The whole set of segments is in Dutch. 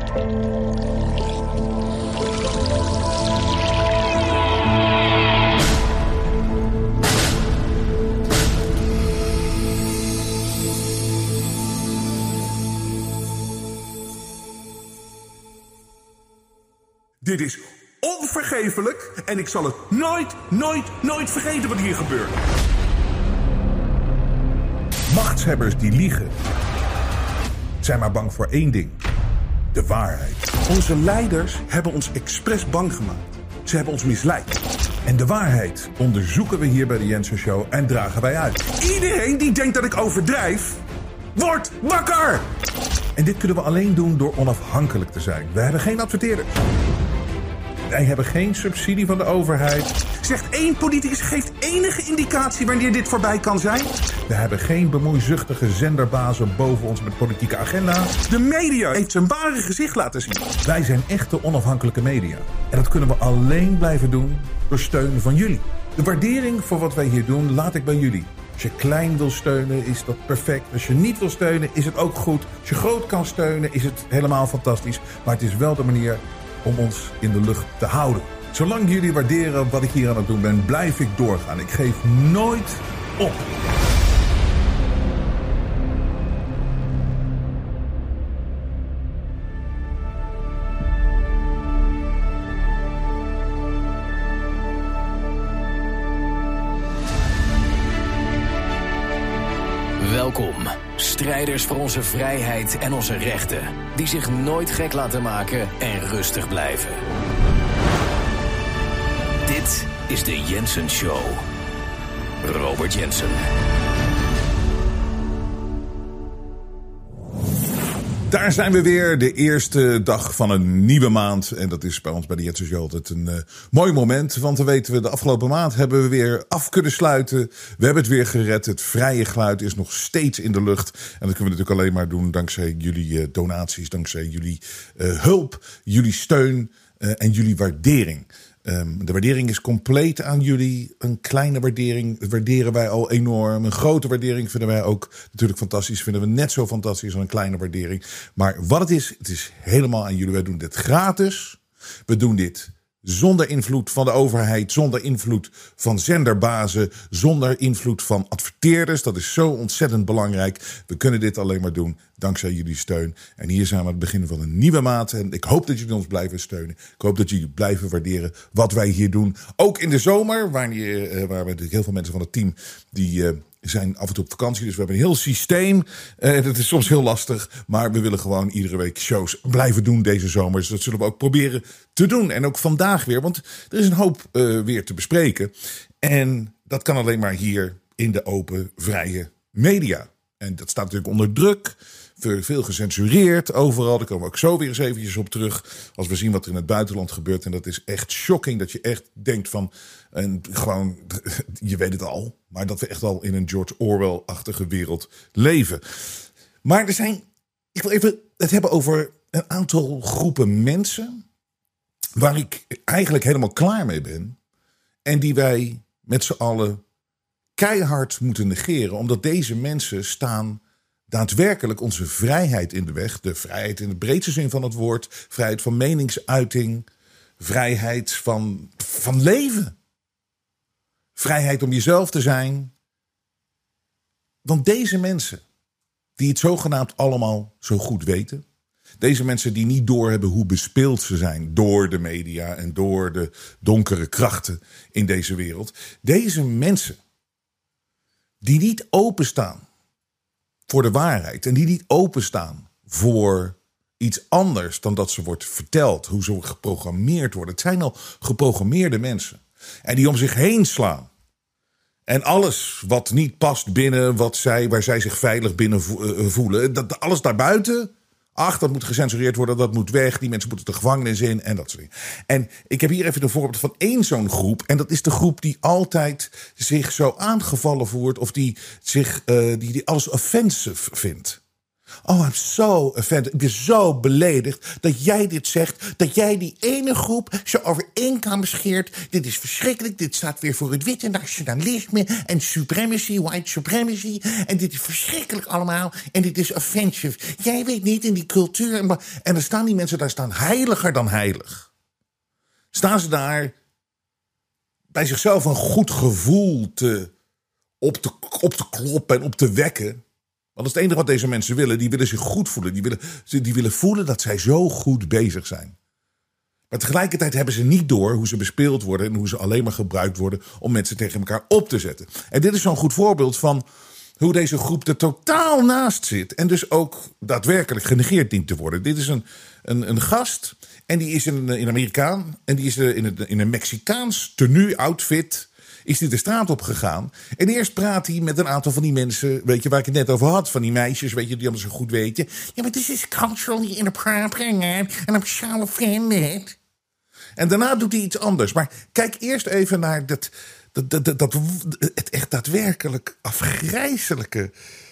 Dit is onvergevelijk en ik zal het nooit vergeten wat hier gebeurt. Machtshebbers die liegen zijn maar bang voor één ding: de waarheid. Onze leiders hebben ons expres bang gemaakt. Ze hebben ons misleid. En de waarheid onderzoeken we hier bij de Jensen Show en dragen wij uit. Iedereen die denkt dat ik overdrijf, wordt wakker! En dit kunnen we alleen doen door onafhankelijk te zijn. We hebben geen adverteerders. Wij hebben geen subsidie van de overheid. Zegt één politicus, geeft enige indicatie wanneer dit voorbij kan zijn? We hebben geen bemoeizuchtige zenderbazen boven ons met politieke agenda. De media heeft zijn ware gezicht laten zien. Wij zijn echte onafhankelijke media. En dat kunnen we alleen blijven doen door steun van jullie. De waardering voor wat wij hier doen laat ik bij jullie. Als je klein wil steunen, is dat perfect. Als je niet wil steunen, is het ook goed. Als je groot kan steunen, is het helemaal fantastisch. Maar het is wel de manier om ons in de lucht te houden. Zolang jullie waarderen wat ik hier aan het doen ben, blijf ik doorgaan. Ik geef nooit op. Welkom, strijders voor onze vrijheid en onze rechten, die zich nooit gek laten maken en rustig blijven. Dit is de Jensen Show. Robert Jensen. Daar zijn we weer, de eerste dag van een nieuwe maand. En dat is bij ons bij de Jensen Show altijd een mooi moment. Want dan weten we, de afgelopen maand hebben we weer af kunnen sluiten. We hebben het weer gered. Het vrije geluid is nog steeds in de lucht. En dat kunnen we natuurlijk alleen maar doen dankzij jullie donaties, dankzij jullie hulp, jullie steun en jullie waardering. De waardering is compleet aan jullie. Een kleine waardering waarderen wij al enorm. Een grote waardering vinden wij ook natuurlijk fantastisch. Vinden we net zo fantastisch als een kleine waardering. Maar wat het is helemaal aan jullie. Wij doen dit gratis. We doen dit zonder invloed van de overheid, zonder invloed van zenderbazen, zonder invloed van adverteerders. Dat is zo ontzettend belangrijk. We kunnen dit alleen maar doen dankzij jullie steun. En hier zijn we aan het begin van een nieuwe maand. En ik hoop dat jullie ons blijven steunen. Ik hoop dat jullie blijven waarderen wat wij hier doen. Ook in de zomer, waar we natuurlijk heel veel mensen van het team die zijn af en toe op vakantie. Dus we hebben een heel systeem. Dat is soms heel lastig. Maar we willen gewoon iedere week shows blijven doen deze zomer. Dus dat zullen we ook proberen te doen. En ook vandaag weer. Want er is een hoop weer te bespreken. En dat kan alleen maar hier in de open, vrije media. En dat staat natuurlijk onder druk. Veel gecensureerd overal. Daar komen we ook zo weer eens eventjes op terug. Als we zien wat er in het buitenland gebeurt. En dat is echt shocking. Dat je echt denkt van, en gewoon, je weet het al. Maar dat we echt al in een George Orwell-achtige wereld leven. Maar ik wil even het hebben over een aantal groepen mensen. Waar ik eigenlijk helemaal klaar mee ben. En die wij met z'n allen keihard moeten negeren. Omdat deze mensen staan daadwerkelijk onze vrijheid in de weg. De vrijheid in de breedste zin van het woord. Vrijheid van meningsuiting. Vrijheid van leven. Vrijheid om jezelf te zijn. Want deze mensen, die het zogenaamd allemaal zo goed weten. Deze mensen die niet doorhebben hoe bespeeld ze zijn door de media en door de donkere krachten in deze wereld. Deze mensen die niet openstaan voor de waarheid en die niet openstaan voor iets anders dan dat ze wordt verteld, hoe ze geprogrammeerd worden. Het zijn al geprogrammeerde mensen. En die om zich heen slaan. En alles wat niet past binnen waar zij zich veilig binnen voelen. Alles daarbuiten. Ach, dat moet gecensureerd worden, dat moet weg. Die mensen moeten de gevangenis in en dat soort dingen. En ik heb hier even een voorbeeld van één zo'n groep. En dat is de groep die altijd zich zo aangevallen voelt. Of die alles offensive vindt. Oh, I'm so offended. Ik ben zo beledigd dat jij dit zegt. Dat jij die ene groep zo over één kam scheert. Dit is verschrikkelijk. Dit staat weer voor het witte nationalisme en supremacy, white supremacy. En dit is verschrikkelijk allemaal. En dit is offensive. Jij weet niet in die cultuur. En dan staan die mensen daar staan heiliger dan heilig. Staan ze daar bij zichzelf een goed gevoel op te kloppen en op te wekken. Want dat is het enige wat deze mensen willen. Die willen zich goed voelen. Die willen voelen dat zij zo goed bezig zijn. Maar tegelijkertijd hebben ze niet door hoe ze bespeeld worden en hoe ze alleen maar gebruikt worden om mensen tegen elkaar op te zetten. En dit is zo'n goed voorbeeld van hoe deze groep er totaal naast zit en dus ook daadwerkelijk genegeerd dient te worden. Dit is een gast en die is een Amerikaan en die is in een Mexicaans tenue-outfit is hij de straat op gegaan. En eerst praat hij met een aantal van die mensen, weet je, waar ik het net over had, van die meisjes, weet je, die allemaal zo goed weten. Ja, maar this is culturally inappropriate and I'm so offended. En daarna doet hij iets anders. Maar kijk eerst even naar het echt daadwerkelijk afgrijzelijke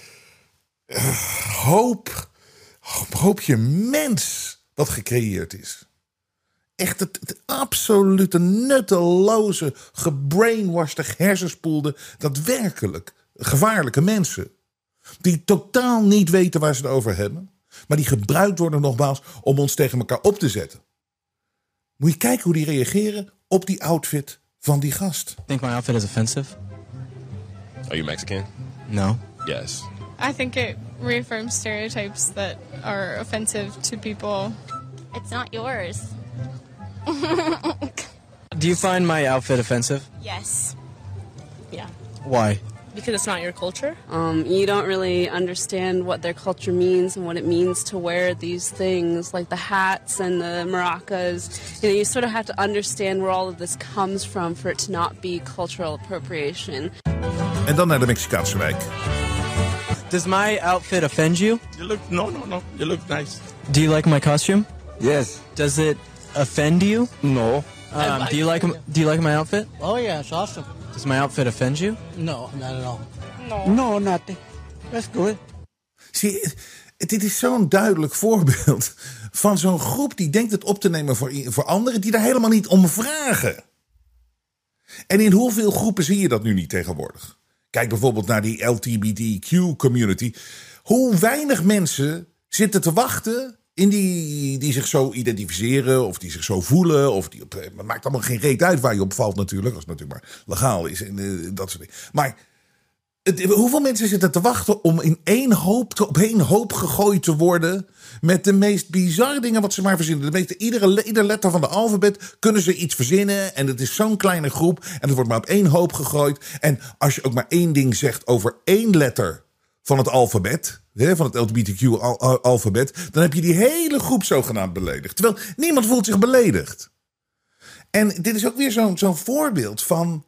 hoopje mens wat gecreëerd is. Echt het absolute nutteloze, gebrainwashed, hersenspoelde, daadwerkelijk gevaarlijke mensen. Die totaal niet weten waar ze het over hebben. Maar die gebruikt worden nogmaals om ons tegen elkaar op te zetten. Moet je kijken hoe die reageren op die outfit van die gast. I think my outfit is offensive. Are you Mexican? No. Yes. I think it reaffirms stereotypes that are offensive to people. It's not yours. Do you find my outfit offensive? Yes. Yeah. Why? Because it's not your culture. You don't really understand what their culture means and what it means to wear these things, like the hats and the maracas. You sort of have to understand where all of this comes from for it to not be cultural appropriation. En dan naar de Mexicaanse wijk. Does my outfit offend you? No. You look nice. Do you like my costume? Yes. Does it offend you? No. Do you like my outfit? Oh yeah, it's awesome. Does my outfit offend you? No, not at all. No, nothing. That's good. Zie, dit is zo'n duidelijk voorbeeld van zo'n groep die denkt het op te nemen voor anderen die daar helemaal niet om vragen. En in hoeveel groepen zie je dat nu niet tegenwoordig? Kijk bijvoorbeeld naar die LGBTQ-community. Hoe weinig mensen zitten te wachten in die zich zo identificeren of die zich zo voelen. Of het maakt allemaal geen reet uit waar je op valt natuurlijk. Als het natuurlijk maar legaal is en dat soort dingen. Maar hoeveel mensen zitten te wachten om op één hoop gegooid te worden met de meest bizarre dingen wat ze maar verzinnen. Ieder letter van de alfabet kunnen ze iets verzinnen en het is zo'n kleine groep en het wordt maar op één hoop gegooid. En als je ook maar één ding zegt over één letter van het alfabet, van het LGBTQ-alfabet, dan heb je die hele groep zogenaamd beledigd. Terwijl niemand voelt zich beledigd. En dit is ook weer zo'n voorbeeld van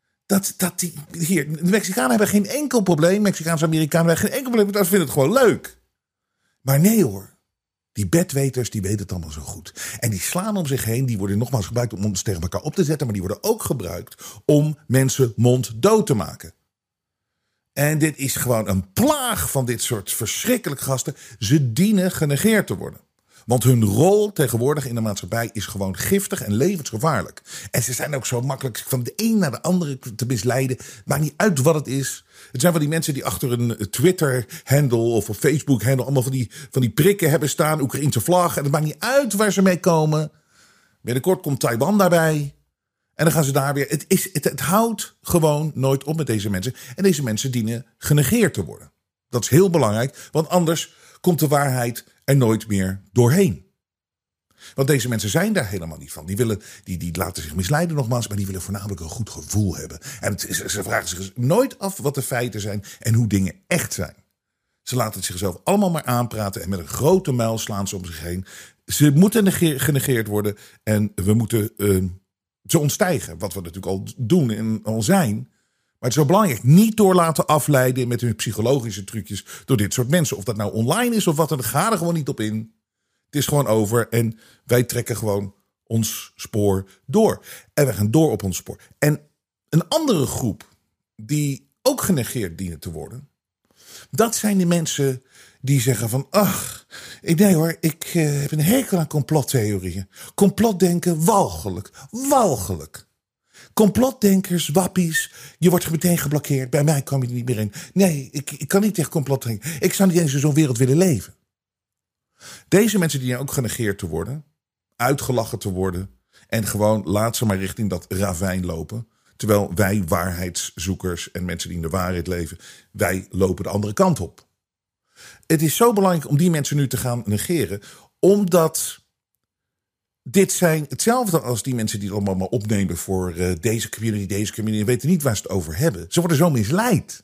de Mexicanen hebben geen enkel probleem. Mexicaanse Amerikanen hebben geen enkel probleem. Dat vinden het gewoon leuk. Maar nee hoor. Die bedweters, die weten het allemaal zo goed. En die slaan om zich heen. Die worden nogmaals gebruikt om ons tegen elkaar op te zetten. Maar die worden ook gebruikt om mensen monddood te maken. En dit is gewoon een plaag van dit soort verschrikkelijke gasten. Ze dienen genegeerd te worden. Want hun rol tegenwoordig in de maatschappij is gewoon giftig en levensgevaarlijk. En ze zijn ook zo makkelijk van de een naar de andere te misleiden. Maakt niet uit wat het is. Het zijn van die mensen die achter een Twitter-handle of een Facebook-handle allemaal van die prikken hebben staan. Oekraïense vlag. En het maakt niet uit waar ze mee komen. Binnenkort komt Taiwan daarbij. En dan gaan ze daar weer. Het houdt gewoon nooit op met deze mensen. En deze mensen dienen genegeerd te worden. Dat is heel belangrijk. Want anders komt de waarheid er nooit meer doorheen. Want deze mensen zijn daar helemaal niet van. Die laten zich misleiden nogmaals, maar die willen voornamelijk een goed gevoel hebben. En ze vragen zich nooit af wat de feiten zijn en hoe dingen echt zijn. Ze laten het zichzelf allemaal maar aanpraten en met een grote muil slaan ze om zich heen. Ze moeten genegeerd worden en we moeten ze ontstijgen. Wat we natuurlijk al doen en al zijn. Maar het is zo belangrijk, niet door laten afleiden met hun psychologische trucjes door dit soort mensen. Of dat nou online is of wat, dan ga er gewoon niet op in. Het is gewoon over en wij trekken gewoon ons spoor door. En we gaan door op ons spoor. En een andere groep die ook genegeerd dienen te worden, dat zijn de mensen die zeggen van... nee hoor, ik heb een hekel aan complottheorieën. Complotdenken, walgelijk. Complotdenkers, wappies, je wordt meteen geblokkeerd. Bij mij kom je er niet meer in. Nee, ik kan niet tegen complotdenken. Ik zou niet eens in zo'n wereld willen leven. Deze mensen die ook genegeerd te worden, uitgelachen te worden... en gewoon laat ze maar richting dat ravijn lopen... terwijl wij waarheidszoekers en mensen die in de waarheid leven... wij lopen de andere kant op. Het is zo belangrijk om die mensen nu te gaan negeren... omdat dit zijn hetzelfde als die mensen die het allemaal maar opnemen... voor deze community, weten niet waar ze het over hebben. Ze worden zo misleid.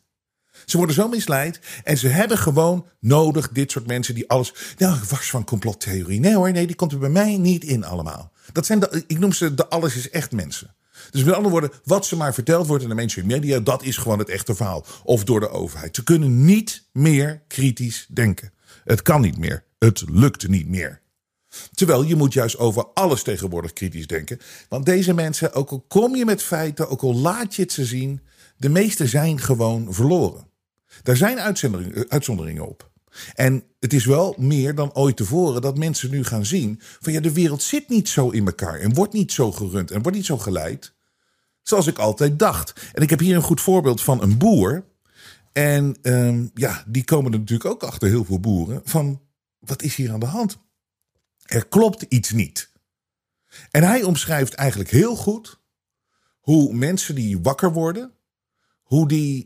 En ze hebben gewoon nodig dit soort mensen die alles... Nou, ik was van complottheorie. Nee hoor, die komt er bij mij niet in allemaal. Dat zijn ik noem ze de alles is echt mensen. Dus met andere woorden, wat ze maar verteld wordt in de mainstream media... dat is gewoon het echte verhaal. Of door de overheid. Ze kunnen niet meer kritisch denken. Het kan niet meer. Het lukt niet meer. Terwijl je moet juist over alles tegenwoordig kritisch denken. Want deze mensen, ook al kom je met feiten... ook al laat je het ze zien... de meeste zijn gewoon verloren. Daar zijn uitzonderingen op. En het is wel meer dan ooit tevoren dat mensen nu gaan zien... van ja, de wereld zit niet zo in elkaar... en wordt niet zo gerund en wordt niet zo geleid... zoals ik altijd dacht. En ik heb hier een goed voorbeeld van een boer. En die komen er natuurlijk ook achter, heel veel boeren... van wat is hier aan de hand? Er klopt iets niet. En hij omschrijft eigenlijk heel goed... hoe mensen die wakker worden... hoe die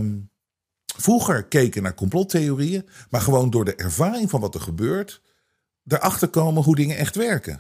vroeger keken naar complottheorieën... maar gewoon door de ervaring van wat er gebeurt... erachter komen hoe dingen echt werken.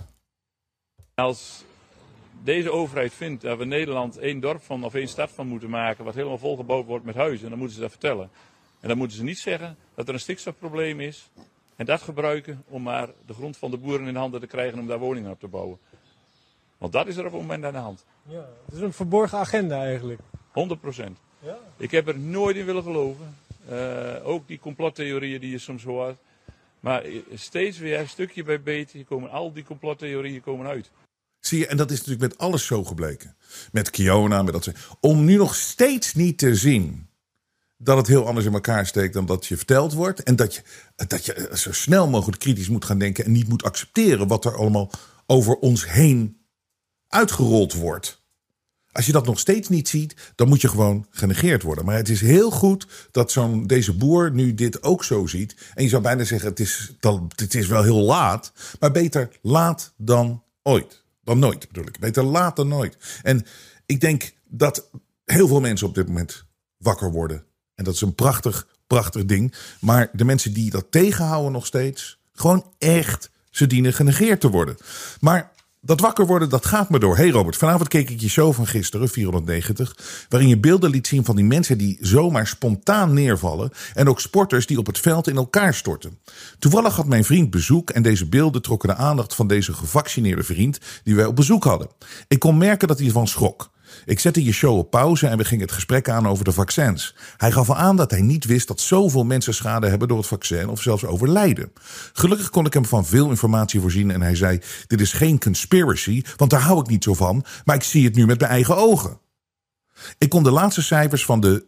Als deze overheid vindt dat we Nederland één dorp van of één stad van moeten maken... wat helemaal volgebouwd wordt met huizen, dan moeten ze dat vertellen. En dan moeten ze niet zeggen dat er een stikstofprobleem is... en dat gebruiken om maar de grond van de boeren in handen te krijgen... om daar woningen op te bouwen. Want dat is er op het moment aan de hand. Ja, het is een verborgen agenda eigenlijk. 100%. Ja. Ik heb er nooit in willen geloven. Ook die complottheorieën die je soms hoort. Maar steeds weer, stukje bij beetje, al die complottheorieën komen uit. Zie je, en dat is natuurlijk met alles zo gebleken. Met Kiona, met dat soort. Om nu nog steeds niet te zien dat het heel anders in elkaar steekt dan dat je verteld wordt. En dat je zo snel mogelijk kritisch moet gaan denken en niet moet accepteren wat er allemaal over ons heen uitgerold wordt. Als je dat nog steeds niet ziet, dan moet je gewoon genegeerd worden. Maar het is heel goed dat deze boer nu dit ook zo ziet. En je zou bijna zeggen, het is wel heel laat. Maar beter laat dan ooit. Dan nooit bedoel ik. Beter laat dan nooit. En ik denk dat heel veel mensen op dit moment wakker worden. En dat is een prachtig ding. Maar de mensen die dat tegenhouden nog steeds, gewoon echt, ze dienen genegeerd te worden. Maar dat wakker worden, dat gaat me door. Hey Robert, vanavond keek ik je show van gisteren, 490... waarin je beelden liet zien van die mensen die zomaar spontaan neervallen... en ook sporters die op het veld in elkaar storten. Toevallig had mijn vriend bezoek en deze beelden trokken de aandacht... van deze gevaccineerde vriend die wij op bezoek hadden. Ik kon merken dat hij ervan schrok. Ik zette je show op pauze en we gingen het gesprek aan over de vaccins. Hij gaf al aan dat hij niet wist dat zoveel mensen schade hebben door het vaccin of zelfs overlijden. Gelukkig kon ik hem van veel informatie voorzien en hij zei: dit is geen conspiracy, want daar hou ik niet zo van, maar ik zie het nu met mijn eigen ogen. Ik kon de laatste cijfers van de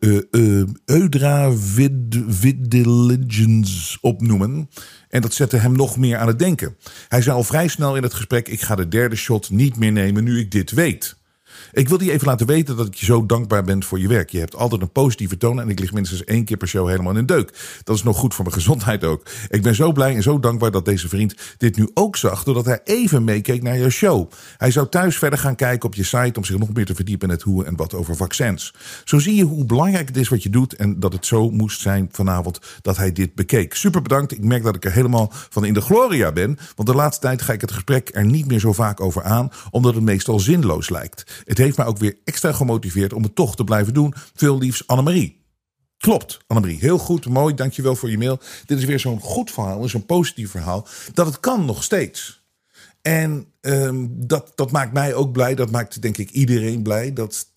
Eudra-Vigilance opnoemen. En dat zette hem nog meer aan het denken. Hij zei al vrij snel in het gesprek: ik ga de derde shot niet meer nemen nu ik dit weet. Ik wil je even laten weten dat ik je zo dankbaar ben voor je werk. Je hebt altijd een positieve toon en ik lig minstens 1 keer per show helemaal in een deuk. Dat is nog goed voor mijn gezondheid ook. Ik ben zo blij en zo dankbaar dat deze vriend dit nu ook zag, doordat hij even meekeek naar jouw show. Hij zou thuis verder gaan kijken op je site om zich nog meer te verdiepen in het hoe en wat over vaccins. Zo zie je hoe belangrijk het is wat je doet en dat het zo moest zijn vanavond dat hij dit bekeek. Super bedankt. Ik merk dat ik er helemaal van in de gloria ben, want de laatste tijd ga ik het gesprek er niet meer zo vaak over aan, omdat het meestal zinloos lijkt. Het heeft mij ook weer extra gemotiveerd om het toch te blijven doen. Veel liefs, Annemarie. Klopt, Annemarie. Heel goed, mooi. Dankjewel voor je mail. Dit is weer zo'n goed verhaal, zo'n positief verhaal. Dat het kan nog steeds. En dat maakt mij ook blij. Dat maakt denk ik iedereen blij.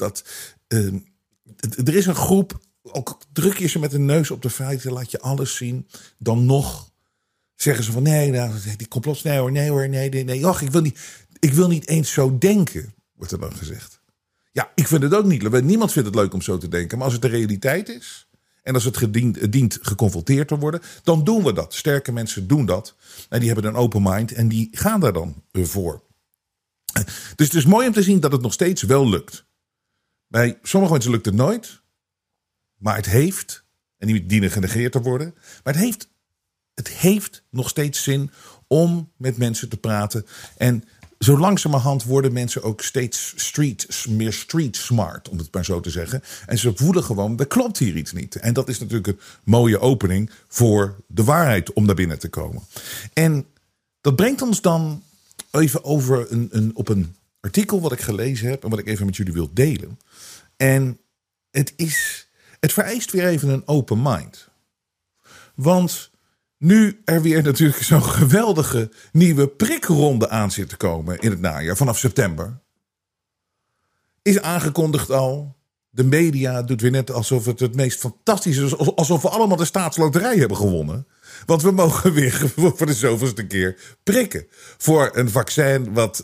Er is een groep, ook druk je ze met de neus op de feiten, laat je alles zien. Dan nog zeggen ze van nee, die complot, nee. Och, ik wil niet eens zo denken, wordt er dan gezegd. Ja, ik vind het ook niet leuk. Niemand vindt het leuk om zo te denken. Maar als het de realiteit is En als het dient geconfronteerd te worden, dan doen we dat. Sterke mensen doen dat. En die hebben een open mind en die gaan daar dan voor. Dus het is mooi om te zien dat het nog steeds wel lukt. Bij sommige mensen lukt het nooit. Maar het heeft, en die dienen genegeerd te worden. Maar het heeft nog steeds zin om met mensen te praten. En zo langzamerhand worden mensen ook steeds meer street smart, om het maar zo te zeggen. En ze voelen gewoon, er klopt hier iets niet. En dat is natuurlijk een mooie opening voor de waarheid om naar binnen te komen. En dat brengt ons dan even over op een artikel wat ik gelezen heb en wat ik even met jullie wil delen. En het vereist weer even een open mind. Want nu er weer natuurlijk zo'n geweldige nieuwe prikronde aan zit te komen in het najaar, vanaf september, is aangekondigd al. De media doet weer net alsof het meest fantastische is. Alsof we allemaal de staatsloterij hebben gewonnen. Want we mogen weer voor de zoveelste keer prikken. Voor een vaccin wat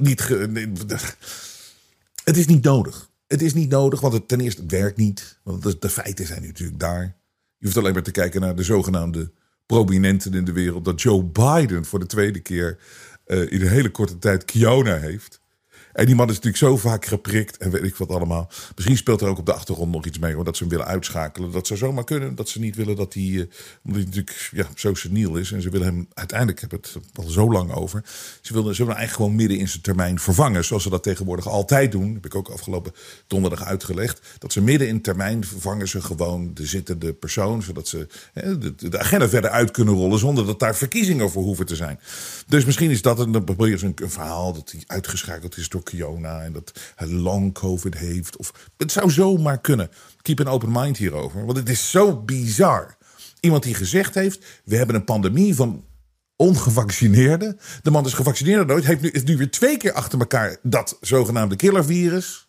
het is niet nodig. Het is niet nodig, want ten eerste het werkt niet. Want de feiten zijn natuurlijk daar. Je hoeft alleen maar te kijken naar de zogenaamde prominenten in de wereld. Dat Joe Biden voor de tweede keer in een hele korte tijd corona heeft. En die man is natuurlijk zo vaak geprikt en weet ik wat allemaal. Misschien speelt er ook op de achtergrond nog iets mee, hoor, dat ze hem willen uitschakelen. Dat zou zomaar kunnen, dat ze niet willen dat hij, omdat hij natuurlijk zo seniel is. En ze willen hem, uiteindelijk, ik heb het al zo lang over. Ze willen eigenlijk gewoon midden in zijn termijn vervangen. Zoals ze dat tegenwoordig altijd doen. Dat heb ik ook afgelopen donderdag uitgelegd. Dat ze midden in termijn vervangen ze gewoon de zittende persoon. Zodat ze de agenda verder uit kunnen rollen zonder dat daar verkiezingen voor hoeven te zijn. Dus misschien is dat een verhaal dat hij uitgeschakeld is door corona en dat hij long COVID heeft. Of het zou zomaar kunnen. Keep an open mind hierover. Want het is zo bizar. Iemand die gezegd heeft, we hebben een pandemie van ongevaccineerden. De man is gevaccineerd nooit. Heeft nu weer 2 keer achter elkaar dat zogenaamde killervirus.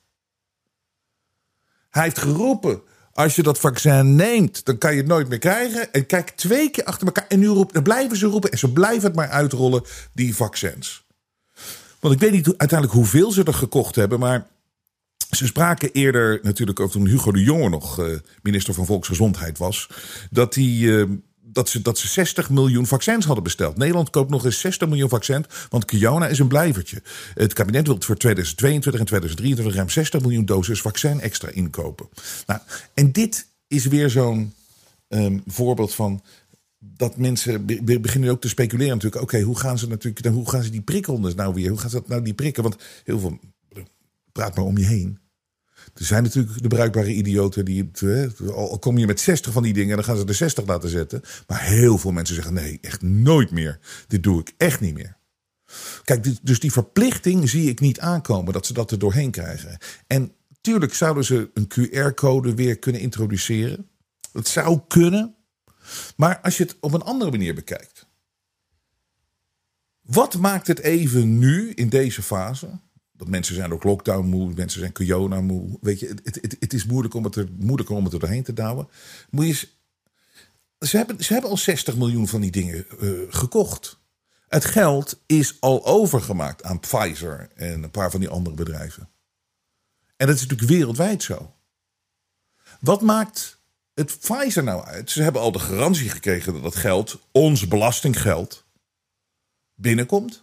Hij heeft geroepen, als je dat vaccin neemt, dan kan je het nooit meer krijgen. En kijk, 2 keer achter elkaar. En nu blijven ze roepen en ze blijven het maar uitrollen, die vaccins. Want ik weet niet uiteindelijk hoeveel ze er gekocht hebben. Maar ze spraken eerder natuurlijk ook toen Hugo de Jonge nog minister van Volksgezondheid was. Dat ze 60 miljoen vaccins hadden besteld. Nederland koopt nog eens 60 miljoen vaccins. Want corona is een blijvertje. Het kabinet wil het voor 2022 en 2023 ruim 60 miljoen doses vaccin extra inkopen. Nou, en dit is weer zo'n voorbeeld van dat mensen beginnen ook te speculeren natuurlijk. Oké, hoe gaan ze die prikrondes nou weer? Hoe gaan ze dat nou die prikken? Want heel veel, praat maar om je heen. Er zijn natuurlijk de bruikbare idioten die al kom je met 60 van die dingen en dan gaan ze er 60 laten zetten. Maar heel veel mensen zeggen nee, echt nooit meer. Dit doe ik echt niet meer. Kijk, dus die verplichting zie ik niet aankomen dat ze dat er doorheen krijgen. En tuurlijk zouden ze een QR-code weer kunnen introduceren. Dat zou kunnen. Maar als je het op een andere manier bekijkt. Wat maakt het even nu in deze fase? Dat mensen zijn ook lockdown moe, mensen zijn corona moe. Weet je, het is moeilijker om het er doorheen te douwen. Ze hebben al 60 miljoen van die dingen gekocht. Het geld is al overgemaakt aan Pfizer en een paar van die andere bedrijven. En dat is natuurlijk wereldwijd zo. Wat maakt het Pfizer nou uit? Ze hebben al de garantie gekregen dat dat geld, ons belastinggeld, binnenkomt.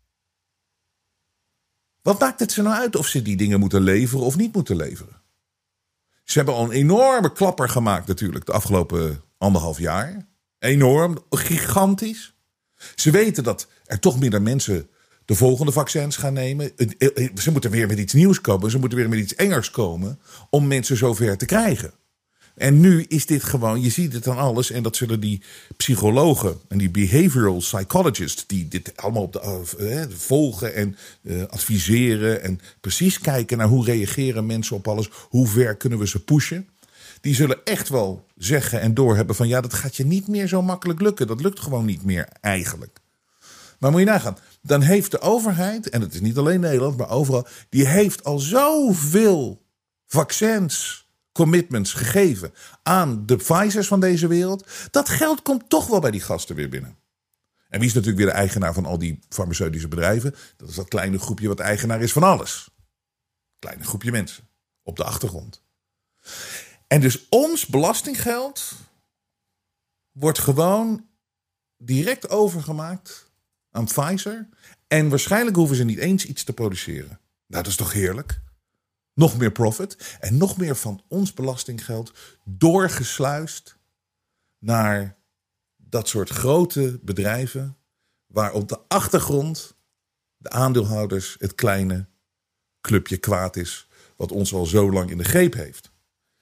Wat maakt het ze nou uit of ze die dingen moeten leveren of niet moeten leveren? Ze hebben al een enorme klapper gemaakt natuurlijk de afgelopen 1,5 jaar. Enorm, gigantisch. Ze weten dat er toch minder mensen de volgende vaccins gaan nemen. Ze moeten weer met iets nieuws komen. Ze moeten weer met iets engers komen om mensen zover te krijgen. En nu is dit gewoon, je ziet het aan alles. En dat zullen die psychologen en die behavioral psychologists die dit allemaal volgen en adviseren. En precies kijken naar hoe reageren mensen op alles. Hoe ver kunnen we ze pushen. Die zullen echt wel zeggen en doorhebben van ja, dat gaat je niet meer zo makkelijk lukken. Dat lukt gewoon niet meer eigenlijk. Maar moet je nagaan, dan heeft de overheid, en het is niet alleen Nederland, maar overal, die heeft al zoveel vaccins, commitments gegeven aan de Pfizers van deze wereld. Dat geld komt toch wel bij die gasten weer binnen. En wie is natuurlijk weer de eigenaar van al die farmaceutische bedrijven? Dat is dat kleine groepje wat eigenaar is van alles. Kleine groepje mensen op de achtergrond. En dus ons belastinggeld wordt gewoon direct overgemaakt aan Pfizer. En waarschijnlijk hoeven ze niet eens iets te produceren. Nou, dat is toch heerlijk? Nog meer profit en nog meer van ons belastinggeld doorgesluist naar dat soort grote bedrijven waar op de achtergrond de aandeelhouders het kleine clubje kwaad is wat ons al zo lang in de greep heeft.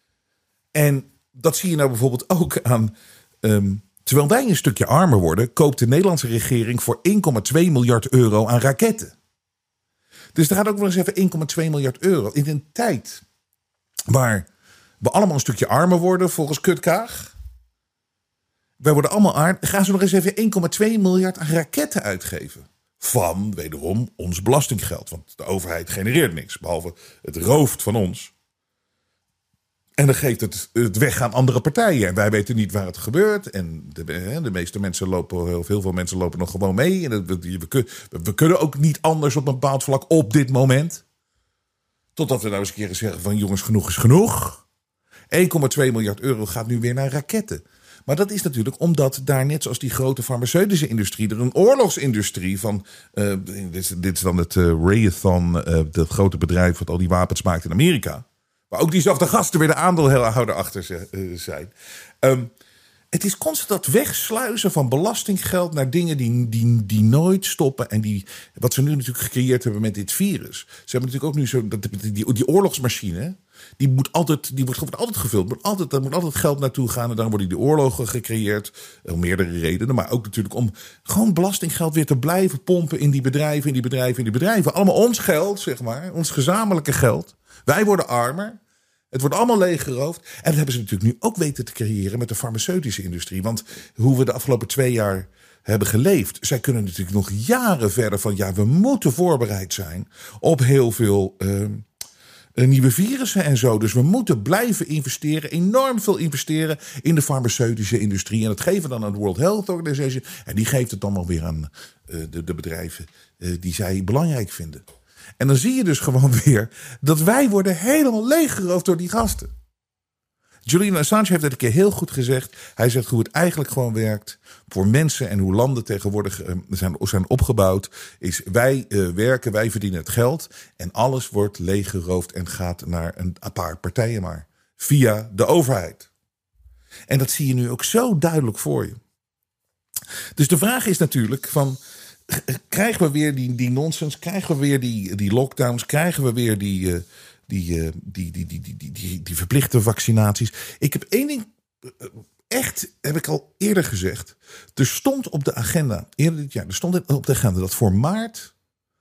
En dat zie je nou bijvoorbeeld ook aan terwijl wij een stukje armer worden, koopt de Nederlandse regering voor 1,2 miljard euro aan raketten. Dus er gaat ook wel eens even 1,2 miljard euro in een tijd waar we allemaal een stukje armer worden volgens Kutkaag. Wij worden allemaal arm. Gaan ze nog eens even 1,2 miljard aan raketten uitgeven. Van, wederom, ons belastinggeld. Want de overheid genereert niks, behalve het rooft van ons. En dan geeft het weg aan andere partijen. En wij weten niet waar het gebeurt. En de meeste mensen lopen, of heel veel mensen lopen nog gewoon mee. En we kunnen ook niet anders op een bepaald vlak op dit moment. Totdat we nou eens een keer zeggen van jongens, genoeg is genoeg. 1,2 miljard euro gaat nu weer naar raketten. Maar dat is natuurlijk omdat daar net zoals die grote farmaceutische industrie er een oorlogsindustrie van dit is dan het Raytheon, dat grote bedrijf wat al die wapens maakt in Amerika. Maar ook diezelfde gasten weer de aandeelhouder achter zijn. Het is constant dat wegsluizen van belastinggeld naar dingen die nooit stoppen. En wat ze nu natuurlijk gecreëerd hebben met dit virus. Ze hebben natuurlijk ook nu zo die oorlogsmachine. Die wordt altijd gevuld. Er moet altijd geld naartoe gaan. En dan worden die oorlogen gecreëerd. Om meerdere redenen. Maar ook natuurlijk om gewoon belastinggeld weer te blijven pompen in die bedrijven. Allemaal ons geld, zeg maar. Ons gezamenlijke geld. Wij worden armer. Het wordt allemaal leeggeroofd. En dat hebben ze natuurlijk nu ook weten te creëren met de farmaceutische industrie. Want hoe we de afgelopen 2 jaar hebben geleefd. Zij kunnen natuurlijk nog jaren verder van we moeten voorbereid zijn op heel veel nieuwe virussen en zo. Dus we moeten blijven investeren, enorm veel investeren in de farmaceutische industrie. En dat geven we dan aan de World Health Organization. En die geeft het dan wel weer aan de bedrijven die zij belangrijk vinden. En dan zie je dus gewoon weer dat wij worden helemaal leeggeroofd door die gasten. Julian Assange heeft het een keer heel goed gezegd. Hij zegt hoe het eigenlijk gewoon werkt voor mensen en hoe landen tegenwoordig zijn opgebouwd. Is wij werken, wij verdienen het geld en alles wordt leeggeroofd en gaat naar een paar partijen maar. Via de overheid. En dat zie je nu ook zo duidelijk voor je. Dus de vraag is natuurlijk van, krijgen we weer die nonsens? Krijgen we weer die lockdowns? Krijgen we weer die verplichte vaccinaties? Ik heb één ding, heb ik al eerder gezegd. Er stond op de agenda, eerder dit jaar, dat voor maart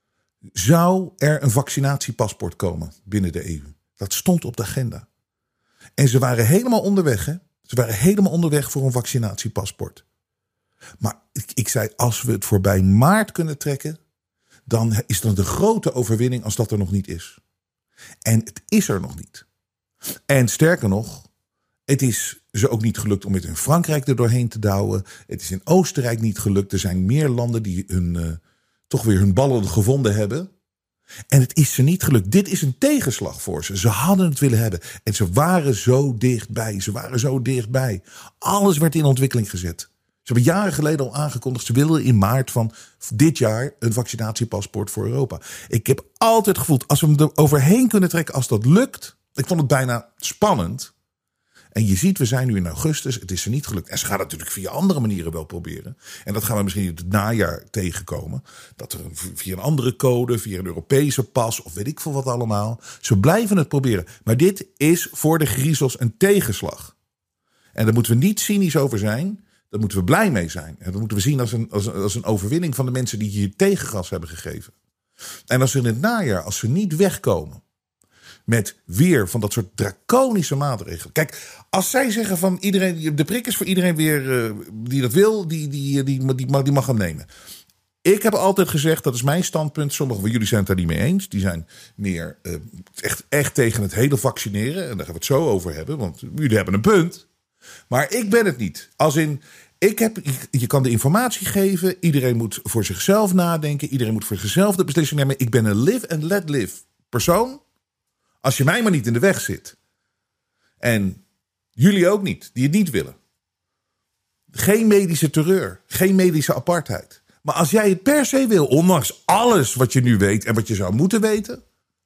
zou er een vaccinatiepaspoort komen binnen de EU. Dat stond op de agenda. En ze waren helemaal onderweg, hè? Ze waren helemaal onderweg voor een vaccinatiepaspoort. Maar ik zei, als we het voorbij maart kunnen trekken, dan is dat een grote overwinning als dat er nog niet is. En het is er nog niet. En sterker nog, het is ze ook niet gelukt om het in Frankrijk er doorheen te douwen. Het is in Oostenrijk niet gelukt. Er zijn meer landen die toch weer hun ballen gevonden hebben. En het is ze niet gelukt. Dit is een tegenslag voor ze. Ze hadden het willen hebben. En ze waren zo dichtbij. Alles werd in ontwikkeling gezet. Ze hebben jaren geleden al aangekondigd, ze willen in maart van dit jaar een vaccinatiepaspoort voor Europa. Ik heb altijd gevoeld, als we hem er overheen kunnen trekken, als dat lukt. Ik vond het bijna spannend. En je ziet, we zijn nu in augustus, het is er niet gelukt. En ze gaan natuurlijk via andere manieren wel proberen. En dat gaan we misschien in het najaar tegenkomen. Dat er via een andere code, via een Europese pas of weet ik veel wat allemaal. Ze blijven het proberen. Maar dit is voor de griezels een tegenslag. En daar moeten we niet cynisch over zijn. Daar moeten we blij mee zijn. En dat moeten we zien als een overwinning van de mensen die hier tegengas hebben gegeven. En als ze in het najaar, als ze niet wegkomen met weer van dat soort draconische maatregelen. Kijk, als zij zeggen van iedereen, de prik is voor iedereen weer die dat wil, die mag hem nemen. Ik heb altijd gezegd, dat is mijn standpunt. Sommigen van jullie zijn het daar niet mee eens. Die zijn meer echt tegen het hele vaccineren. En daar gaan we het zo over hebben, want jullie hebben een punt. Maar ik ben het niet. Als in, je kan de informatie geven. Iedereen moet voor zichzelf nadenken. Iedereen moet voor zichzelf de beslissing nemen. Ik ben een live and let live persoon. Als je mij maar niet in de weg zit. En Jullie ook niet, die het niet willen. Geen medische terreur, geen medische apartheid. Maar als jij het per se wil, ondanks alles wat je nu weet en wat je zou moeten weten,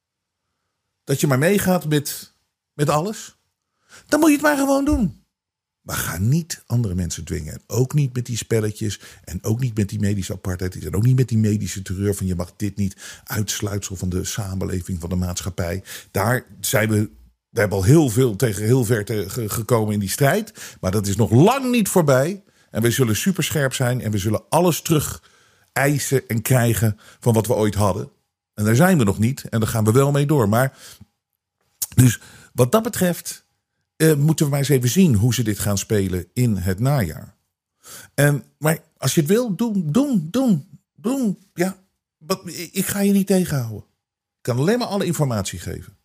dat je maar meegaat met alles, dan moet je het maar gewoon doen. Maar ga niet andere mensen dwingen. En ook niet met die spelletjes. En ook niet met die medische apartheid. En ook niet met die medische terreur van je mag dit niet. Uitsluitsel van de samenleving, van de maatschappij. Daar zijn we hebben al heel veel tegen heel ver gekomen in die strijd. Maar dat is nog lang niet voorbij. En we zullen superscherp zijn. En we zullen alles terug eisen en krijgen van wat we ooit hadden. En daar zijn we nog niet. En daar gaan we wel mee door. Maar dus wat dat betreft moeten we maar eens even zien hoe ze dit gaan spelen in het najaar. Maar als je het wil, doen. Ja, ik ga je niet tegenhouden. Ik kan alleen maar alle informatie geven.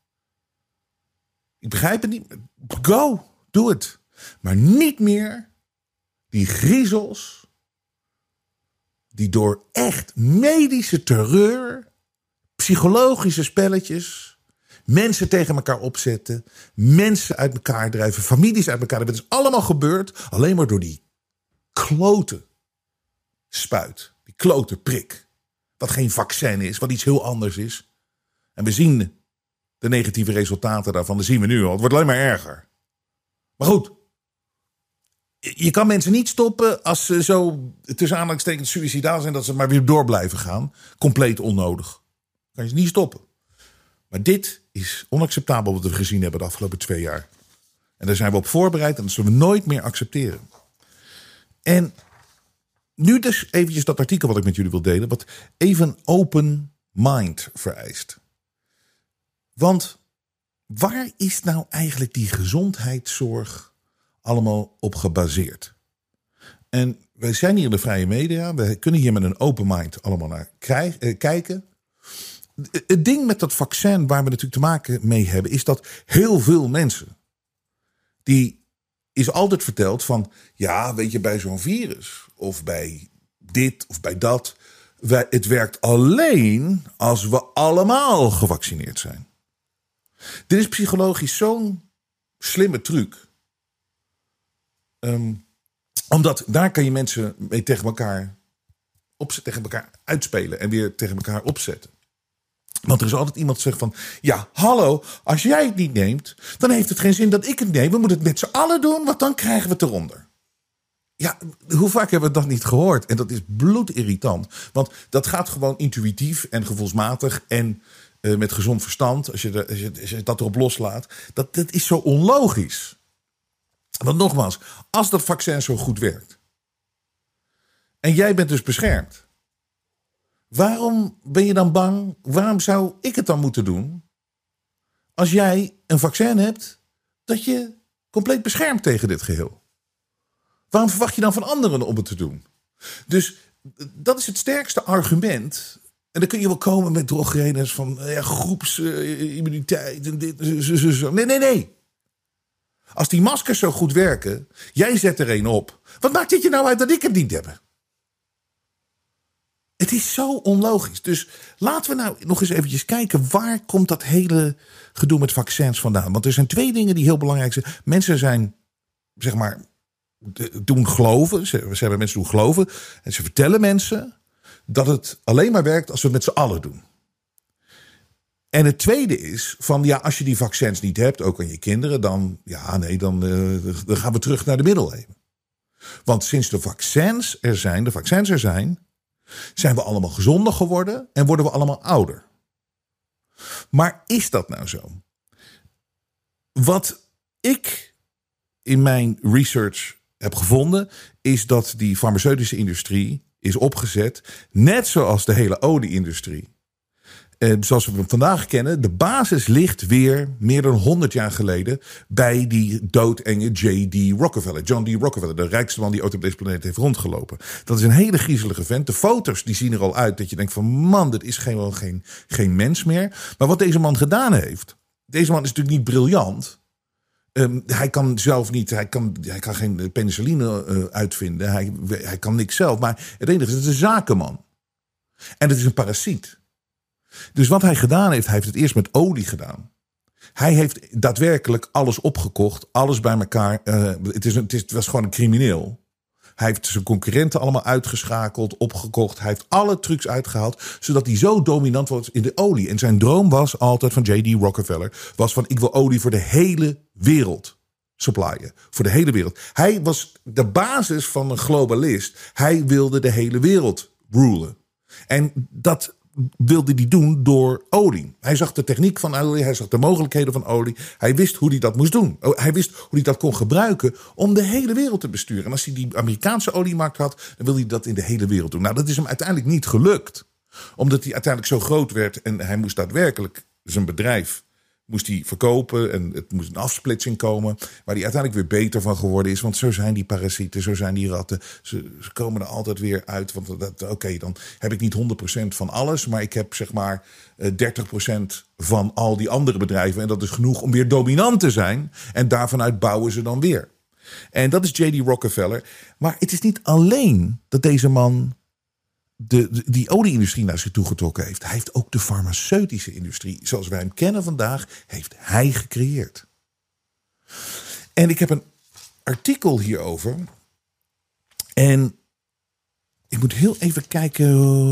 Ik begrijp het niet. Go, doe het. Maar niet meer die griezels die door echt medische terreur, psychologische spelletjes, mensen tegen elkaar opzetten, mensen uit elkaar drijven, families uit elkaar drijven. Het is allemaal gebeurd alleen maar door die klote spuit, die klote prik. Wat geen vaccin is, wat iets heel anders is. En we zien de negatieve resultaten daarvan, dat zien we nu al. Het wordt alleen maar erger. Maar goed, je kan mensen niet stoppen als ze zo tussen aanhalingstekens suïcidaal zijn, dat ze maar weer door blijven gaan. Compleet onnodig. Kan je ze niet stoppen. Maar dit is onacceptabel wat we gezien hebben de afgelopen 2 jaar. En daar zijn we op voorbereid en dat zullen we nooit meer accepteren. En nu dus eventjes dat artikel wat ik met jullie wil delen, wat even open mind vereist. Want waar is nou eigenlijk die gezondheidszorg allemaal op gebaseerd? En wij zijn hier in de vrije media. We kunnen hier met een open mind allemaal naar kijken. Het ding met dat vaccin waar we natuurlijk te maken mee hebben, is dat heel veel mensen, die is altijd verteld van, ja, weet je, bij zo'n virus of bij dit of bij dat, het werkt alleen als we allemaal gevaccineerd zijn. Dit is psychologisch zo'n slimme truc. Omdat daar kan je mensen mee tegen elkaar uitspelen en weer tegen elkaar opzetten. Want er is altijd iemand die zegt van, ja, hallo, als jij het niet neemt, dan heeft het geen zin dat ik het neem. We moeten het met z'n allen doen, want dan krijgen we het eronder. Ja, hoe vaak hebben we dat niet gehoord? En dat is bloedirritant. Want dat gaat gewoon intuïtief en gevoelsmatig en met gezond verstand, als je dat erop loslaat. Dat is zo onlogisch. Want nogmaals, als dat vaccin zo goed werkt en jij bent dus beschermd, waarom ben je dan bang? Waarom zou ik het dan moeten doen als jij een vaccin hebt dat je compleet beschermt tegen dit geheel? Waarom verwacht je dan van anderen om het te doen? Dus dat is het sterkste argument. En dan kun je wel komen met drogredens van groepsimmuniteit en dit. Zo. Nee. Als die maskers zo goed werken, jij zet er een op. Wat maakt het je nou uit dat ik het niet heb? Het is zo onlogisch. Dus laten we nou nog eens eventjes kijken, waar komt dat hele gedoe met vaccins vandaan? Want er zijn 2 dingen die heel belangrijk zijn. Mensen zijn, zeg maar, doen geloven. Ze hebben mensen doen geloven. En ze vertellen mensen dat het alleen maar werkt als we het met z'n allen doen. En het tweede is van, ja, als je die vaccins niet hebt, ook aan je kinderen, dan gaan we terug naar de middeleeuwen. Want sinds de vaccins er zijn, zijn we allemaal gezonder geworden en worden we allemaal ouder. Maar is dat nou zo? Wat ik in mijn research heb gevonden, is dat die farmaceutische industrie is opgezet, net zoals de hele olie-industrie. Zoals we hem vandaag kennen, de basis ligt weer meer dan 100 jaar geleden bij die doodenge J.D. Rockefeller. John D. Rockefeller, de rijkste man die ooit op deze planeet heeft rondgelopen. Dat is een hele griezelige vent. De foto's die zien er al uit dat je denkt van, man, dit is geen mens meer. Maar wat deze man gedaan heeft, deze man is natuurlijk niet briljant. Hij kan zelf niet, hij kan geen penicilline uitvinden. Hij kan niks zelf. Maar het enige is, het is een zakenman. En het is een parasiet. Dus wat hij gedaan heeft, hij heeft het eerst met olie gedaan. Hij heeft daadwerkelijk alles opgekocht. Alles bij elkaar. Het was gewoon een crimineel. Hij heeft zijn concurrenten allemaal uitgeschakeld, opgekocht. Hij heeft alle trucs uitgehaald, zodat hij zo dominant wordt in de olie. En zijn droom was altijd van J.D. Rockefeller, was van ik wil olie voor de hele wereld supplyen. Voor de hele wereld. Hij was de basis van een globalist. Hij wilde de hele wereld rulen. En dat wilde hij doen door olie. Hij zag de techniek van olie, hij zag de mogelijkheden van olie. Hij wist hoe hij dat moest doen. Hij wist hoe hij dat kon gebruiken om de hele wereld te besturen. En als hij die Amerikaanse oliemarkt had, dan wilde hij dat in de hele wereld doen. Nou, dat is hem uiteindelijk niet gelukt. Omdat hij uiteindelijk zo groot werd en hij moest daadwerkelijk zijn bedrijf moest hij verkopen en het moest een afsplitsing komen, waar hij uiteindelijk weer beter van geworden is. Want zo zijn die parasieten, zo zijn die ratten. Ze komen er altijd weer uit. Want oké, dan heb ik niet 100% van alles, maar ik heb zeg maar 30% van al die andere bedrijven. En dat is genoeg om weer dominant te zijn. En daarvanuit bouwen ze dan weer. En dat is J.D. Rockefeller. Maar het is niet alleen dat deze man die olieindustrie naar zich toe getrokken heeft. Hij heeft ook de farmaceutische industrie, zoals wij hem kennen vandaag, heeft hij gecreëerd. En ik heb een artikel hierover. En ik moet heel even kijken.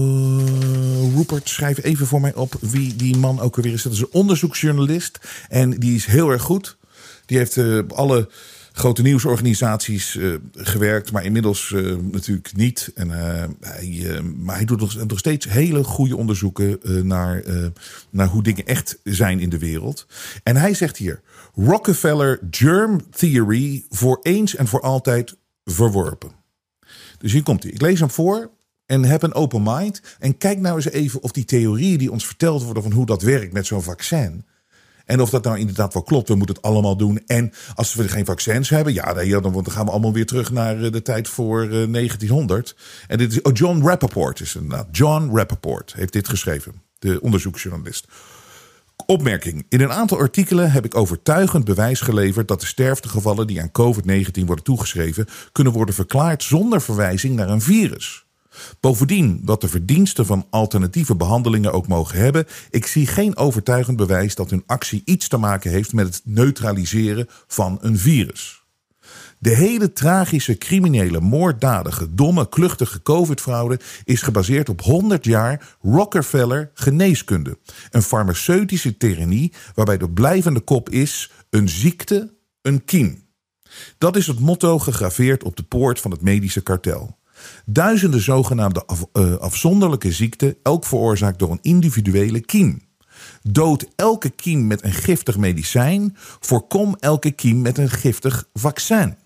Rupert, schrijf even voor mij op wie die man ook alweer is. Dat is een onderzoeksjournalist. En die is heel erg goed. Die heeft alle grote nieuwsorganisaties gewerkt, maar inmiddels natuurlijk niet. Maar hij doet nog steeds hele goede onderzoeken naar hoe dingen echt zijn in de wereld. En hij zegt hier: Rockefeller Germ Theory voor eens en voor altijd verworpen. Dus hier komt hij. Ik lees hem voor en heb een open mind. En kijk nou eens even of die theorieën die ons verteld worden van hoe dat werkt met zo'n vaccin, en of dat nou inderdaad wel klopt, we moeten het allemaal doen. En als we geen vaccins hebben, dan gaan we allemaal weer terug naar de tijd voor 1900. En dit is John Rappaport is inderdaad. John Rappaport heeft dit geschreven, de onderzoeksjournalist. Opmerking. In een aantal artikelen heb ik overtuigend bewijs geleverd dat de sterftegevallen die aan COVID-19 worden toegeschreven kunnen worden verklaard zonder verwijzing naar een virus. Bovendien, wat de verdiensten van alternatieve behandelingen ook mogen hebben, ik zie geen overtuigend bewijs dat hun actie iets te maken heeft met het neutraliseren van een virus. De hele tragische, criminele, moorddadige, domme, kluchtige COVID-fraude is gebaseerd op 100 jaar Rockefeller geneeskunde. Een farmaceutische tirannie waarbij de blijvende kop is: een ziekte, een kiem. Dat is het motto gegraveerd op de poort van het medische kartel. Duizenden zogenaamde afzonderlijke ziekten, elk veroorzaakt door een individuele kiem. Dood elke kiem met een giftig medicijn, voorkom elke kiem met een giftig vaccin.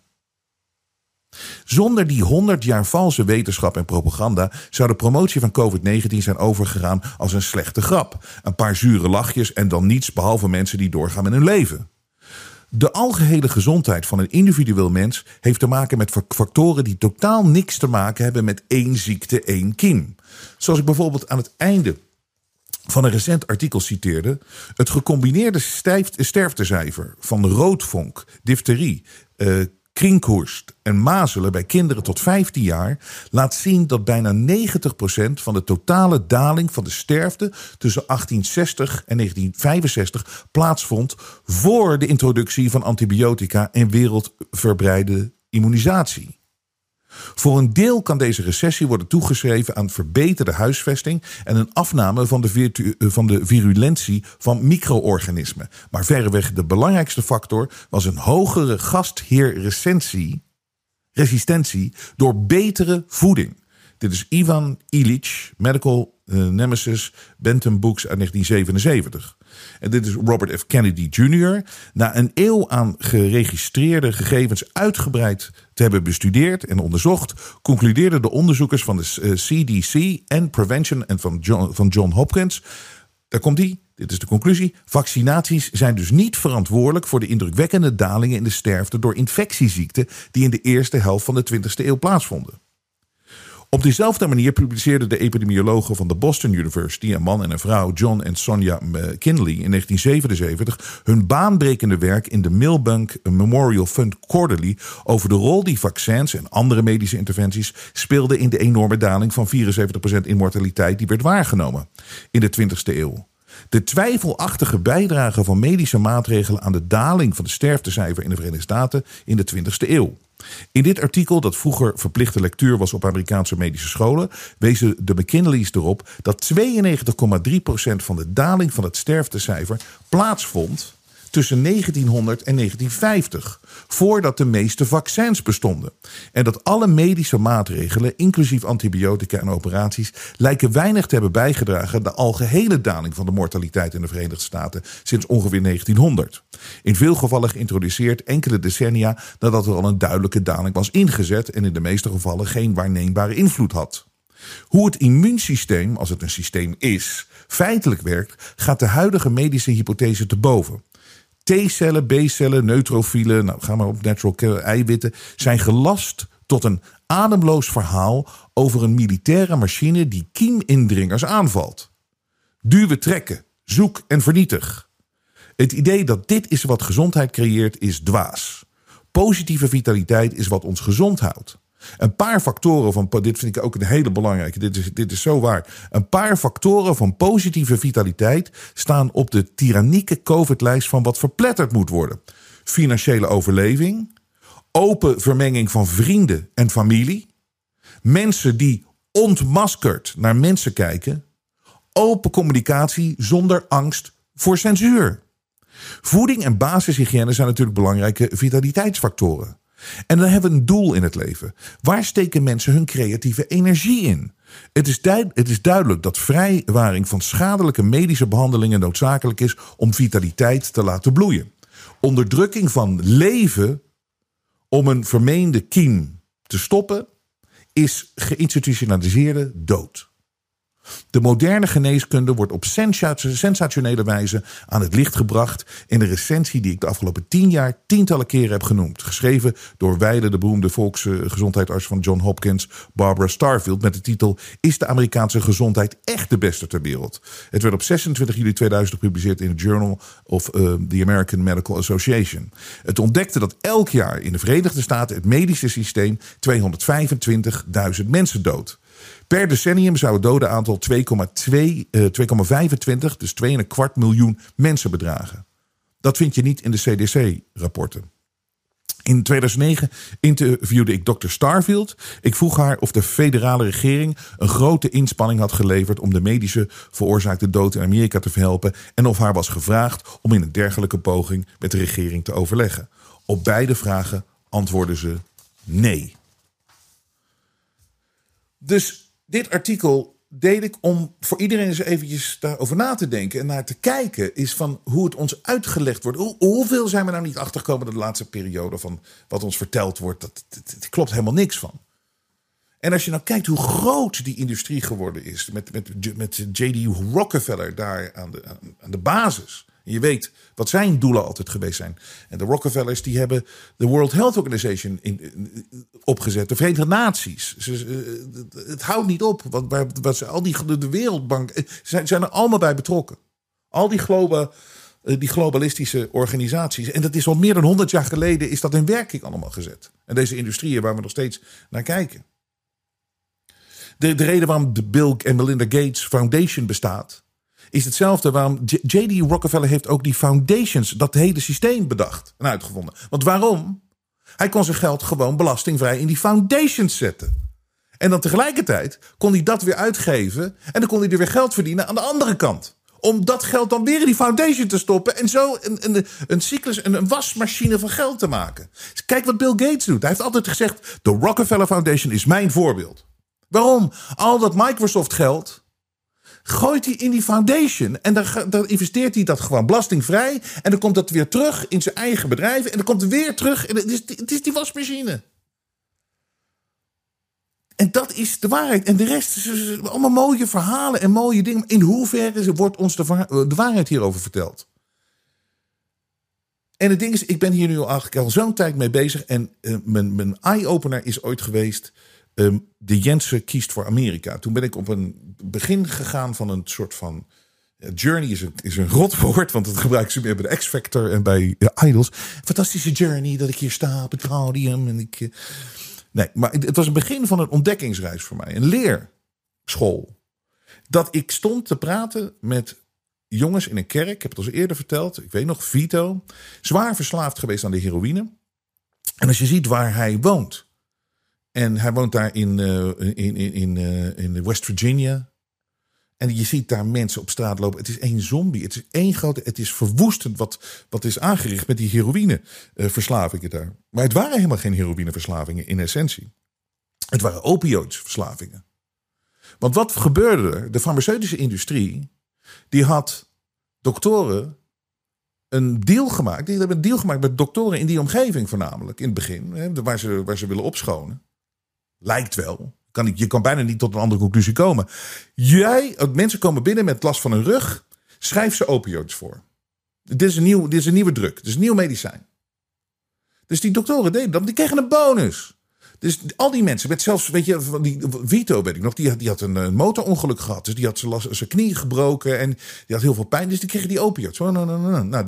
Zonder die 100 jaar valse wetenschap en propaganda zou de promotie van COVID-19 zijn overgegaan als een slechte grap. Een paar zure lachjes en dan niets behalve mensen die doorgaan met hun leven. De algehele gezondheid van een individueel mens heeft te maken met factoren die totaal niks te maken hebben met één ziekte, één kiem. Zoals ik bijvoorbeeld aan het einde van een recent artikel citeerde: het gecombineerde sterftecijfer van roodvonk, difterie, krinkhoest en mazelen bij kinderen tot 15 jaar laat zien dat bijna 90% van de totale daling van de sterfte tussen 1860 en 1965 plaatsvond voor de introductie van antibiotica en wereldverbreide immunisatie. Voor een deel kan deze recessie worden toegeschreven aan verbeterde huisvesting en een afname van de virulentie van micro-organismen. Maar verreweg de belangrijkste factor was een hogere gastheerresistentie door betere voeding. Dit is Ivan Illich, Medical Nemesis, Bentham Books uit 1977. En dit is Robert F. Kennedy Jr. Na een eeuw aan geregistreerde gegevens uitgebreid te hebben bestudeerd en onderzocht, concludeerden de onderzoekers van de CDC en Prevention en van John Hopkins. Daar komt ie. Dit is de conclusie. Vaccinaties zijn dus niet verantwoordelijk voor de indrukwekkende dalingen in de sterfte door infectieziekten die in de eerste helft van de 20e eeuw plaatsvonden. Op dezelfde manier publiceerden de epidemiologen van de Boston University, een man en een vrouw, John en Sonia McKinley, in 1977 hun baanbrekende werk in de Milbank Memorial Fund Quarterly over de rol die vaccins en andere medische interventies speelden in de enorme daling van 74% in mortaliteit die werd waargenomen in de 20e eeuw. De twijfelachtige bijdrage van medische maatregelen aan de daling van de sterftecijfer in de Verenigde Staten in de 20e eeuw. In dit artikel, dat vroeger verplichte lectuur was op Amerikaanse medische scholen, wezen de McKinley's erop dat 92,3% van de daling van het sterftecijfer plaatsvond tussen 1900 en 1950, voordat de meeste vaccins bestonden. En dat alle medische maatregelen, inclusief antibiotica en operaties, lijken weinig te hebben bijgedragen aan de algehele daling van de mortaliteit in de Verenigde Staten sinds ongeveer 1900. In veel gevallen geïntroduceerd enkele decennia nadat er al een duidelijke daling was ingezet en in de meeste gevallen geen waarneembare invloed had. Hoe het immuunsysteem, als het een systeem is, feitelijk werkt, gaat de huidige medische hypothese te boven. T-cellen, B-cellen, neutrofielen, ga maar op natural eiwitten, zijn gelast tot een ademloos verhaal over een militaire machine die kiemindringers aanvalt. Duwen, trekken, zoek en vernietig. Het idee dat dit is wat gezondheid creëert is dwaas. Positieve vitaliteit is wat ons gezond houdt. Een paar factoren van, dit vind ik ook een hele belangrijke, dit is zo waar. Een paar factoren van positieve vitaliteit staan op de tyrannieke COVID-lijst van wat verpletterd moet worden. Financiële overleving, open vermenging van vrienden en familie, mensen die ontmaskerd naar mensen kijken, open communicatie zonder angst voor censuur. Voeding en basishygiëne zijn natuurlijk belangrijke vitaliteitsfactoren. En dan hebben we een doel in het leven. Waar steken mensen hun creatieve energie in? Het is duidelijk dat vrijwaring van schadelijke medische behandelingen noodzakelijk is om vitaliteit te laten bloeien. Onderdrukking van leven om een vermeende kiem te stoppen is geïnstitutionaliseerde dood. De moderne geneeskunde wordt op sensationele wijze aan het licht gebracht in de recensie die ik de afgelopen 10 jaar tientallen keren heb genoemd. Geschreven door wijle de beroemde volksgezondheidsarts van John Hopkins, Barbara Starfield, met de titel Is de Amerikaanse gezondheid echt de beste ter wereld? Het werd op 26 juli 2000 gepubliceerd in het Journal of the American Medical Association. Het ontdekte dat elk jaar in de Verenigde Staten het medische systeem 225.000 mensen doodt. Per decennium zou het dodenaantal 2,25, dus 2,25 miljoen mensen bedragen. Dat vind je niet in de CDC-rapporten. In 2009 interviewde ik Dr. Starfield. Ik vroeg haar of de federale regering een grote inspanning had geleverd om de medische veroorzaakte dood in Amerika te verhelpen en of haar was gevraagd om in een dergelijke poging met de regering te overleggen. Op beide vragen antwoordde ze nee. Dus dit artikel deed ik om voor iedereen eens eventjes daarover na te denken en naar te kijken is van hoe het ons uitgelegd wordt. Hoeveel zijn we nou niet achtergekomen de laatste periode van wat ons verteld wordt? Dat klopt helemaal niks van. En als je nou kijkt hoe groot die industrie geworden is met J.D. Rockefeller daar aan de basis. En je weet wat zijn doelen altijd geweest zijn. En de Rockefellers die hebben de World Health Organization opgezet. De Verenigde Naties. Het houdt niet op. De Wereldbank zijn er allemaal bij betrokken. Al die globalistische organisaties. En dat is al meer dan 100 jaar geleden is dat in werking allemaal gezet. En deze industrieën waar we nog steeds naar kijken. De reden waarom de Bill en Melinda Gates Foundation bestaat is hetzelfde waarom J.D. Rockefeller heeft ook die foundations, dat hele systeem bedacht en uitgevonden. Want waarom? Hij kon zijn geld gewoon belastingvrij in die foundations zetten. En dan tegelijkertijd kon hij dat weer uitgeven en dan kon hij er weer geld verdienen aan de andere kant. Om dat geld dan weer in die foundation te stoppen en zo een cyclus, een wasmachine van geld te maken. Kijk wat Bill Gates doet. Hij heeft altijd gezegd, de Rockefeller Foundation is mijn voorbeeld. Waarom? Al dat Microsoft geld gooit hij in die foundation. En dan investeert hij dat gewoon belastingvrij. En dan komt dat weer terug in zijn eigen bedrijf. En dan komt het weer terug. En het is die wasmachine. En dat is de waarheid. En de rest is allemaal mooie verhalen en mooie dingen. In hoeverre wordt ons de waarheid hierover verteld? En het ding is, ik ben hier nu eigenlijk al zo'n tijd mee bezig. En mijn eye-opener is ooit geweest. De Jensen kiest voor Amerika. Toen ben ik op een begin gegaan van een soort van journey is een rotwoord, want dat gebruiken ze meer bij de X-Factor en bij Idols. Fantastische journey dat ik hier sta op het podium. Nee, maar het was een begin van een ontdekkingsreis voor mij. Een leerschool. Dat ik stond te praten met jongens in een kerk, ik heb het al eerder verteld, ik weet nog, Vito, zwaar verslaafd geweest aan de heroïne. En als je ziet waar hij woont, en hij woont daar in West Virginia, en je ziet daar mensen op straat lopen. Het is één zombie, het is één grote, het is verwoestend wat is aangericht met die heroïneverslavingen daar. Maar het waren helemaal geen heroïneverslavingen in essentie. Het waren opioidsverslavingen. Want wat gebeurde er? De farmaceutische industrie, die had doktoren een deal gemaakt. Die hebben een deal gemaakt met doktoren in die omgeving voornamelijk. In het begin, hè, waar ze willen opschonen. Lijkt wel. Je kan bijna niet tot een andere conclusie komen. Mensen komen binnen met last van hun rug. Schrijf ze opioids voor. Dit is een nieuwe drug. Dit is een nieuw medicijn. Dus die doktoren deden dat. Die kregen een bonus. Dus al die mensen, met zelfs, weet je, van die Vito, weet ik nog, die had een motorongeluk gehad. Dus die had zijn knie gebroken en die had heel veel pijn. Dus die kregen die opioids. Nou,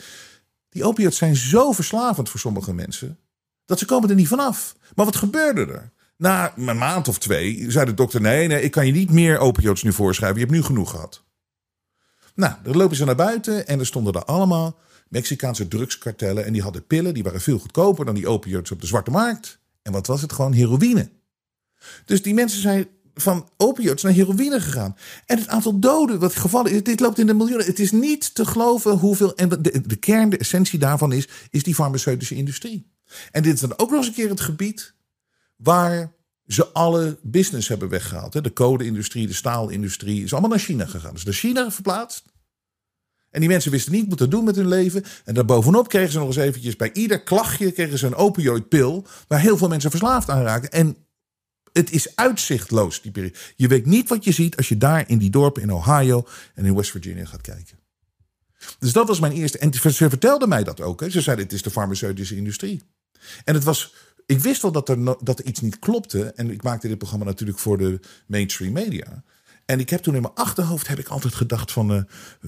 die opioids zijn zo verslavend voor sommige mensen, dat ze komen er niet vanaf. Maar wat gebeurde er? Na een maand of 2 zei de dokter, nee, ik kan je niet meer opioids nu voorschrijven. Je hebt nu genoeg gehad. Nou, dan lopen ze naar buiten en er stonden er allemaal Mexicaanse drugskartellen. En die hadden pillen, die waren veel goedkoper dan die opioids op de zwarte markt. En wat was het? Gewoon heroïne. Dus die mensen zijn van opioids naar heroïne gegaan. En het aantal doden, wat gevallen, dit loopt in de miljoenen. Het is niet te geloven hoeveel. En de kern, de essentie daarvan is die farmaceutische industrie. En dit is dan ook nog eens een keer het gebied waar ze alle business hebben weggehaald. De code-industrie, de staalindustrie, is allemaal naar China gegaan. Dus naar China verplaatst. En die mensen wisten niet wat te doen met hun leven. En daarbovenop kregen ze nog eens eventjes bij ieder klachtje kregen ze een opioidpil waar heel veel mensen verslaafd aan raken. En het is uitzichtloos, die periode. Je weet niet wat je ziet als je daar in die dorpen in Ohio en in West Virginia gaat kijken. Dus dat was mijn eerste. En ze vertelden mij dat ook. Hè. Ze zeiden, het is de farmaceutische industrie. En het was. Ik wist wel dat er iets niet klopte. En ik maakte dit programma natuurlijk voor de mainstream media. En ik heb toen in mijn achterhoofd heb ik altijd gedacht van,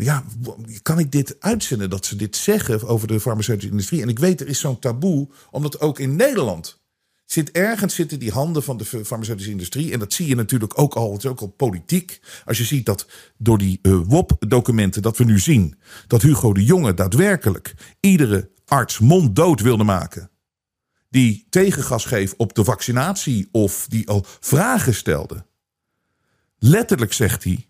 kan ik dit uitzenden? Dat ze dit zeggen over de farmaceutische industrie. En ik weet, er is zo'n taboe, omdat ook in Nederland zitten die handen van de farmaceutische industrie. En dat zie je natuurlijk ook al, het is ook al politiek. Als je ziet dat door die WOP-documenten dat we nu zien, dat Hugo de Jonge daadwerkelijk iedere arts monddood wilde maken. Die tegengas geeft op de vaccinatie of die al vragen stelde. Letterlijk zegt hij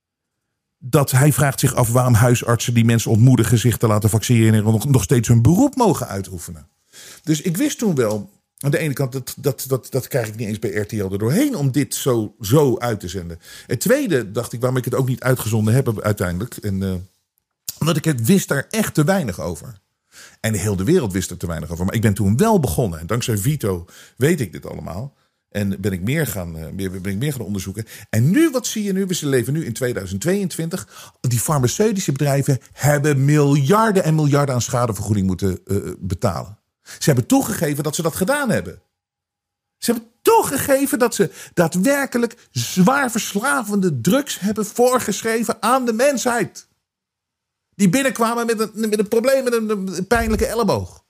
dat hij vraagt zich af waarom huisartsen die mensen ontmoedigen zich te laten vaccineren en nog steeds hun beroep mogen uitoefenen. Dus ik wist toen wel, aan de ene kant, dat krijg ik niet eens bij RTL er doorheen om dit zo uit te zenden. Het tweede dacht ik, waarom ik het ook niet uitgezonden heb uiteindelijk. En, omdat ik het wist daar echt te weinig over. En de hele wereld wist er te weinig over. Maar ik ben toen wel begonnen. En dankzij Vito weet ik dit allemaal. En ben ik meer gaan onderzoeken. En nu, wat zie je nu? We leven nu in 2022. Die farmaceutische bedrijven hebben miljarden en miljarden aan schadevergoeding moeten betalen. Ze hebben toegegeven dat ze dat gedaan hebben. Ze hebben toegegeven dat ze daadwerkelijk zwaar verslavende drugs hebben voorgeschreven aan de mensheid. Die binnenkwamen met een probleem, met een pijnlijke elleboog.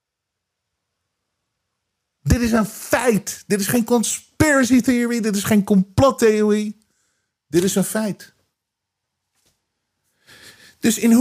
Dit is een feit. Dit is geen conspiracy theory. Dit is geen complottheorie. Dit is een feit. Dus in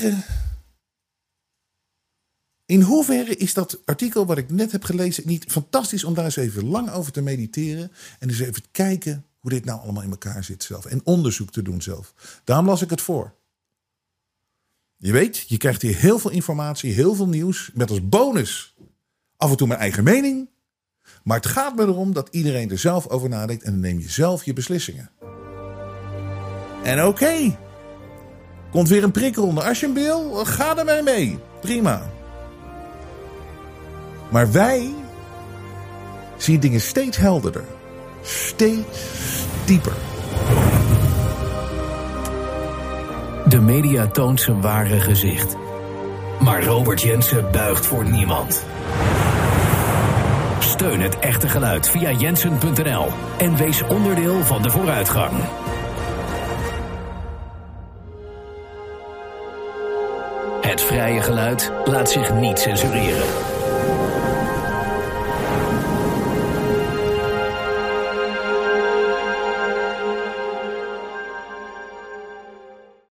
hoeverre is dat artikel wat ik net heb gelezen niet fantastisch om daar eens even lang over te mediteren. En eens even te kijken hoe dit nou allemaal in elkaar zit zelf. En onderzoek te doen zelf. Daarom las ik het voor. Je weet, je krijgt hier heel veel informatie, heel veel nieuws. Met als bonus af en toe mijn eigen mening. Maar het gaat me erom dat iedereen er zelf over nadenkt. En dan neem je zelf je beslissingen. En oké. Komt weer een prikronde. Als je hem wil, ga ermee mee. Prima. Maar wij zien dingen steeds helderder. Steeds dieper. De media toont zijn ware gezicht. Maar Robert Jensen buigt voor niemand. Steun het echte geluid via jensen.nl en wees onderdeel van de vooruitgang. Het vrije geluid laat zich niet censureren.